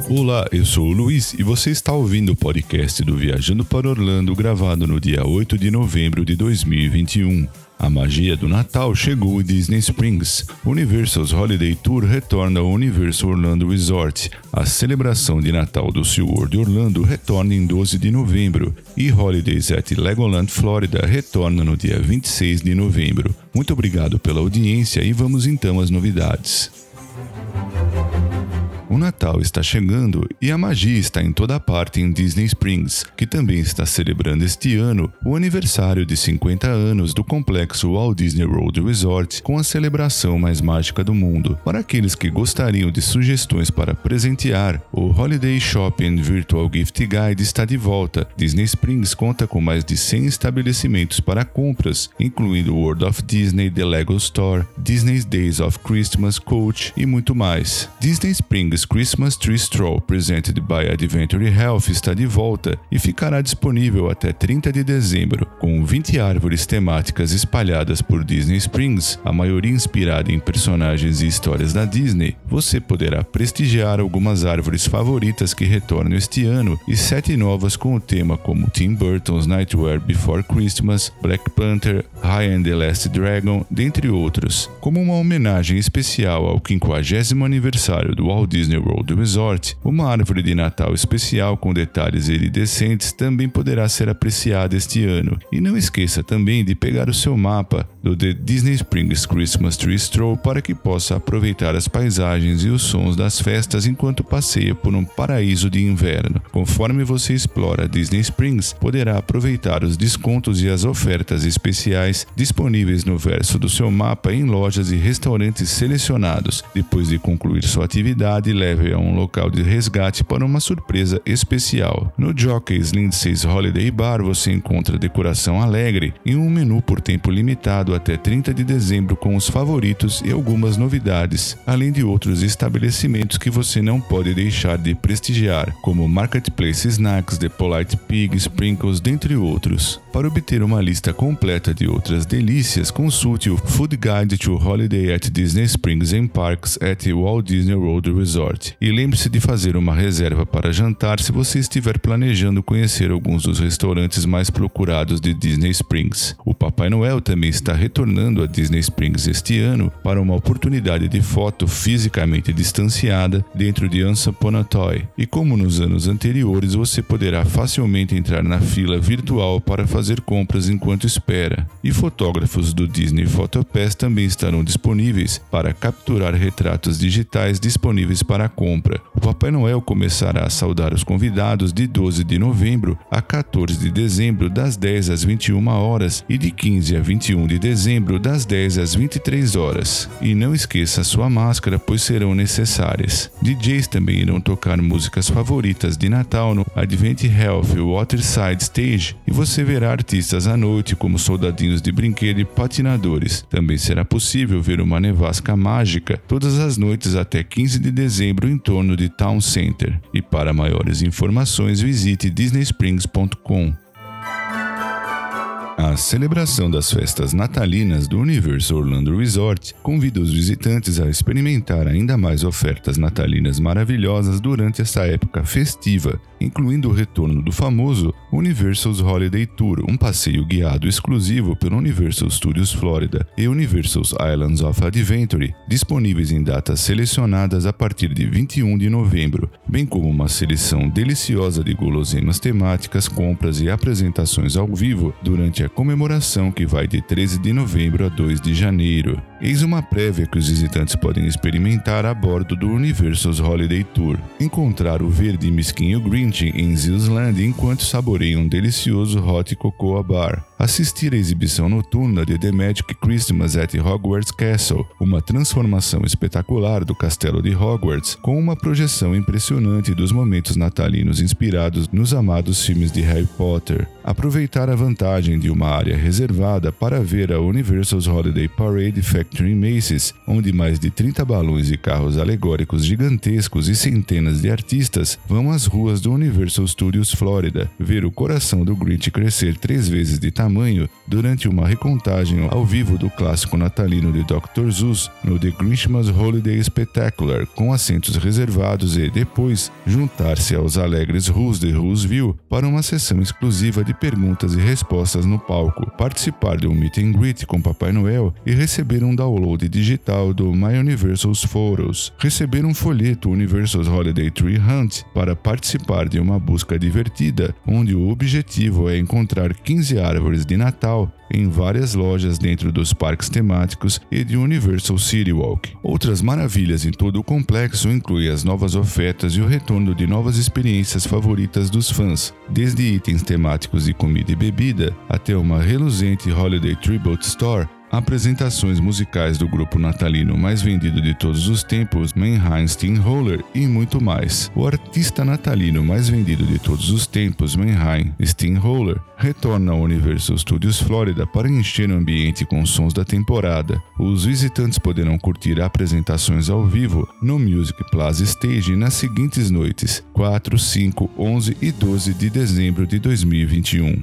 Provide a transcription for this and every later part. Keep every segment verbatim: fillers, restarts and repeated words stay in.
Olá, eu sou o Luiz e você está ouvindo o podcast do Viajando para Orlando, gravado no dia oito de novembro de dois mil e vinte e um. A magia do Natal chegou em Disney Springs. Universal's Holiday Tour retorna ao Universal Orlando Resort. A celebração de Natal do SeaWorld Orlando retorna em doze de novembro e Holidays at Legoland Florida retorna no dia vinte e seis de novembro. Muito obrigado pela audiência e vamos então às novidades. O Natal está chegando e a magia está em toda parte em Disney Springs, que também está celebrando este ano o aniversário de cinquenta anos do complexo Walt Disney World Resort com a celebração mais mágica do mundo. Para aqueles que gostariam de sugestões para presentear, o Holiday Shopping Virtual Gift Guide está de volta. Disney Springs conta com mais de cem estabelecimentos para compras, incluindo o World of Disney, The Lego Store, Disney's Days of Christmas, Coach e muito mais. Disney Springs Christmas Tree Stroll, presented by Adventure Health, está de volta e ficará disponível até trinta de dezembro, com vinte árvores temáticas espalhadas por Disney Springs, a maioria inspirada em personagens e histórias da Disney. Você poderá prestigiar algumas árvores favoritas que retornam este ano e sete novas com o tema como Tim Burton's Nightmare Before Christmas, Black Panther, Raya and the Last Dragon, dentre outros. Como uma homenagem especial ao quinquagésimo aniversário do Walt Disney World Resort, uma árvore de Natal especial com detalhes iridescentes também poderá ser apreciada este ano. E não esqueça também de pegar o seu mapa do The Disney Springs Christmas Tree Stroll para que possa aproveitar as paisagens e os sons das festas enquanto passeia por um paraíso de inverno. Conforme você explora Disney Springs, poderá aproveitar os descontos e as ofertas especiais disponíveis no verso do seu mapa em lojas e restaurantes selecionados. Depois de concluir sua atividade, leve a um local de resgate para uma surpresa especial. No Jockey's Lindsay's Holiday Bar você encontra decoração alegre e um menu por tempo limitado até trinta de dezembro com os favoritos e algumas novidades, além de outros estabelecimentos que você não pode deixar de prestigiar, como Marketplace Snacks, The Polite Pig, Sprinkles, dentre outros. Para obter uma lista completa de outras delícias, consulte o Food Guide to Holiday at Disney Springs and Parks at Walt Disney World Resort. E lembre-se de fazer uma reserva para jantar se você estiver planejando conhecer alguns dos restaurantes mais procurados de Disney Springs. O Papai Noel também está retornando a Disney Springs este ano para uma oportunidade de foto fisicamente distanciada dentro de Once Upon a Toy. E como nos anos anteriores, você poderá facilmente entrar na fila virtual para fazer compras enquanto espera. E fotógrafos do Disney PhotoPass também estarão disponíveis para capturar retratos digitais disponíveis para a compra. O Papai Noel começará a saudar os convidados de doze de novembro a quatorze de dezembro, das dez às vinte e uma horas, e de quinze a vinte e um de dezembro, das dez às vinte e três horas. E não esqueça a sua máscara, pois serão necessárias. D Js também irão tocar músicas favoritas de Natal no Advent Health Waterside Stage, e você verá artistas à noite como soldadinhos de brinquedo e patinadores. Também será possível ver uma nevasca mágica todas as noites até quinze de dezembro em torno de Town Center. E para maiores informações visite disney springs ponto com. A celebração das festas natalinas do Universal Orlando Resort convida os visitantes a experimentar ainda mais ofertas natalinas maravilhosas durante esta época festiva, incluindo o retorno do famoso Universal's Holiday Tour, um passeio guiado exclusivo pelo Universal Studios Florida e Universal's Islands of Adventure, disponíveis em datas selecionadas a partir de vinte e um de novembro, bem como uma seleção deliciosa de guloseimas temáticas, compras e apresentações ao vivo durante a comemoração que vai de treze de novembro a dois de janeiro. Eis uma prévia que os visitantes podem experimentar a bordo do Universal's Holiday Tour. Encontrar o verde e mesquinho Grinch em Zeusland enquanto saboreia um delicioso Hot Cocoa Bar. Assistir à exibição noturna de The Magic Christmas at Hogwarts Castle, uma transformação espetacular do castelo de Hogwarts, com uma projeção impressionante dos momentos natalinos inspirados nos amados filmes de Harry Potter. Aproveitar a vantagem de uma área reservada para ver a Universal's Holiday Parade Factory em Macy's, onde mais de trinta balões e carros alegóricos gigantescos e centenas de artistas vão às ruas do Universal Studios Florida, ver o coração do Grinch crescer três vezes de tamanho tamanho durante uma recontagem ao vivo do clássico natalino de doutor Seuss no The Christmas Holiday Spectacular, com assentos reservados e, depois, juntar-se aos alegres Who's de Whoville para uma sessão exclusiva de perguntas e respostas no palco, participar de um meet and greet com Papai Noel e receber um download digital do My Universal's Photos, receber um folheto Universal's Holiday Tree Hunt para participar de uma busca divertida, onde o objetivo é encontrar quinze árvores de Natal em várias lojas dentro dos parques temáticos e de Universal City Walk. Outras maravilhas em todo o complexo incluem as novas ofertas e o retorno de novas experiências favoritas dos fãs, desde itens temáticos de comida e bebida até uma reluzente Holiday Tribute Store, apresentações musicais do grupo natalino mais vendido de todos os tempos, Mannheim Steamroller, e muito mais. O artista natalino mais vendido de todos os tempos, Mannheim Steamroller, retorna ao Universal Studios Florida para encher o ambiente com sons da temporada. Os visitantes poderão curtir apresentações ao vivo no Music Plaza Stage nas seguintes noites, quatro, cinco, onze e doze de dezembro de dois mil e vinte e um.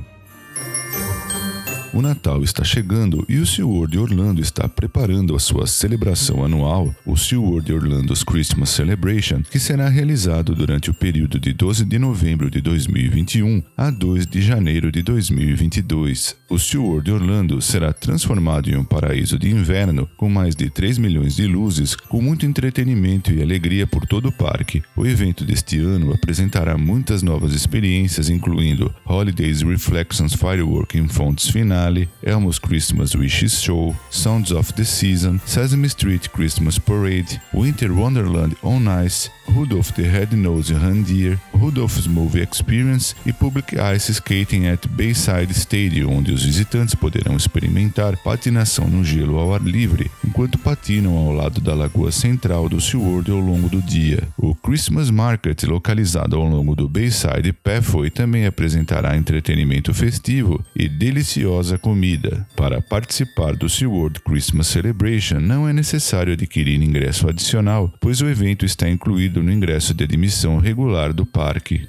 O Natal está chegando e o SeaWorld Orlando está preparando a sua celebração anual, o SeaWorld Orlando's Christmas Celebration, que será realizado durante o período de doze de novembro de dois mil e vinte e um a dois de janeiro de dois mil e vinte e dois. O SeaWorld Orlando será transformado em um paraíso de inverno com mais de três milhões de luzes, com muito entretenimento e alegria por todo o parque. O evento deste ano apresentará muitas novas experiências, incluindo Holidays Reflections Firework in Fontes Final, Elmo's Christmas Wishes Show, Sounds of the Season, Sesame Street Christmas Parade, Winter Wonderland on Ice, Rudolph the Red-Nosed Reindeer, Rudolph's Movie Experience e Public Ice Skating at Bayside Stadium, onde os visitantes poderão experimentar patinação no gelo ao ar livre, enquanto patinam ao lado da lagoa central do SeaWorld ao longo do dia. O Christmas Market, localizado ao longo do Bayside Pathway, também apresentará entretenimento festivo e deliciosa comida. Para participar do SeaWorld Christmas Celebration, não é necessário adquirir ingresso adicional, pois o evento está incluído no ingresso de admissão regular do parque.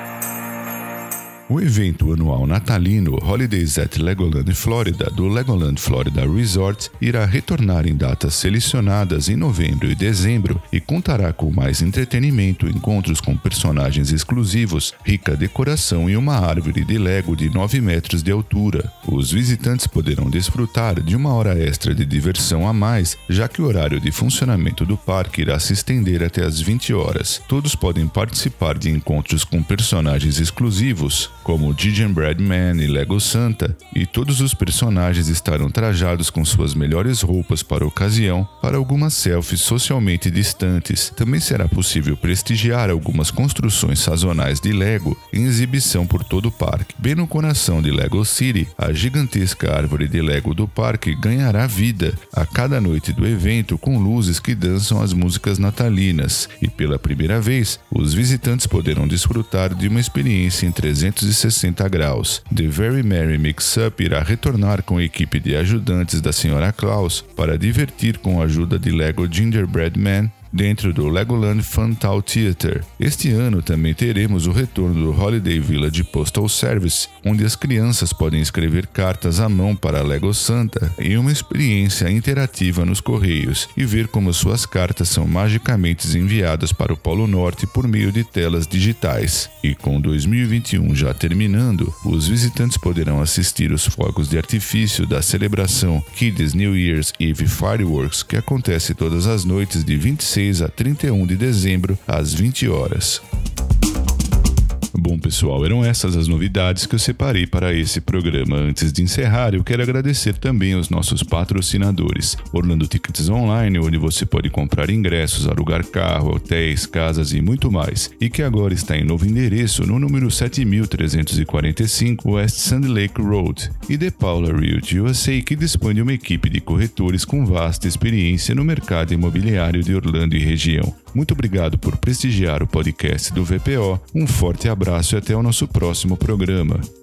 O evento anual natalino Holidays at Legoland Florida, do Legoland Florida Resort, irá retornar em datas selecionadas em novembro e dezembro e contará com mais entretenimento, encontros com personagens exclusivos, rica decoração e uma árvore de Lego de nove metros de altura. Os visitantes poderão desfrutar de uma hora extra de diversão a mais, já que o horário de funcionamento do parque irá se estender até às vinte horas. Todos podem participar de encontros com personagens exclusivos, como Gingerbread Man e Lego Santa, e todos os personagens estarão trajados com suas melhores roupas para a ocasião, para algumas selfies socialmente distantes. Também será possível prestigiar algumas construções sazonais de Lego em exibição por todo o parque. Bem no coração de Lego City, a gigantesca árvore de Lego do parque ganhará vida a cada noite do evento com luzes que dançam as músicas natalinas, e pela primeira vez, os visitantes poderão desfrutar de uma experiência em trezentos e sessenta graus. The Very Merry Mix-Up irá retornar com a equipe de ajudantes da senhora Claus para divertir com a ajuda de Lego Gingerbread Man dentro do Legoland Funtal Theater. Este ano também teremos o retorno do Holiday Village Postal Service, onde as crianças podem escrever cartas à mão para Lego Santa em uma experiência interativa nos correios e ver como suas cartas são magicamente enviadas para o Polo Norte por meio de telas digitais. E com dois mil e vinte e um já terminando, os visitantes poderão assistir os fogos de artifício da celebração Kids New Year's Eve Fireworks, que acontece todas as noites de vinte e seis a trinta e um de dezembro, às vinte horas. Bom, pessoal, eram essas as novidades que eu separei para esse programa. Antes de encerrar, eu quero agradecer também aos nossos patrocinadores. Orlando Tickets Online, onde você pode comprar ingressos, alugar carro, hotéis, casas e muito mais. E que agora está em novo endereço no número sete mil trezentos e quarenta e cinco West Sand Lake Road. E The Paula Realty U S A, que dispõe de uma equipe de corretores com vasta experiência no mercado imobiliário de Orlando e região. Muito obrigado por prestigiar o podcast do V P O. Um forte abraço e até o nosso próximo programa.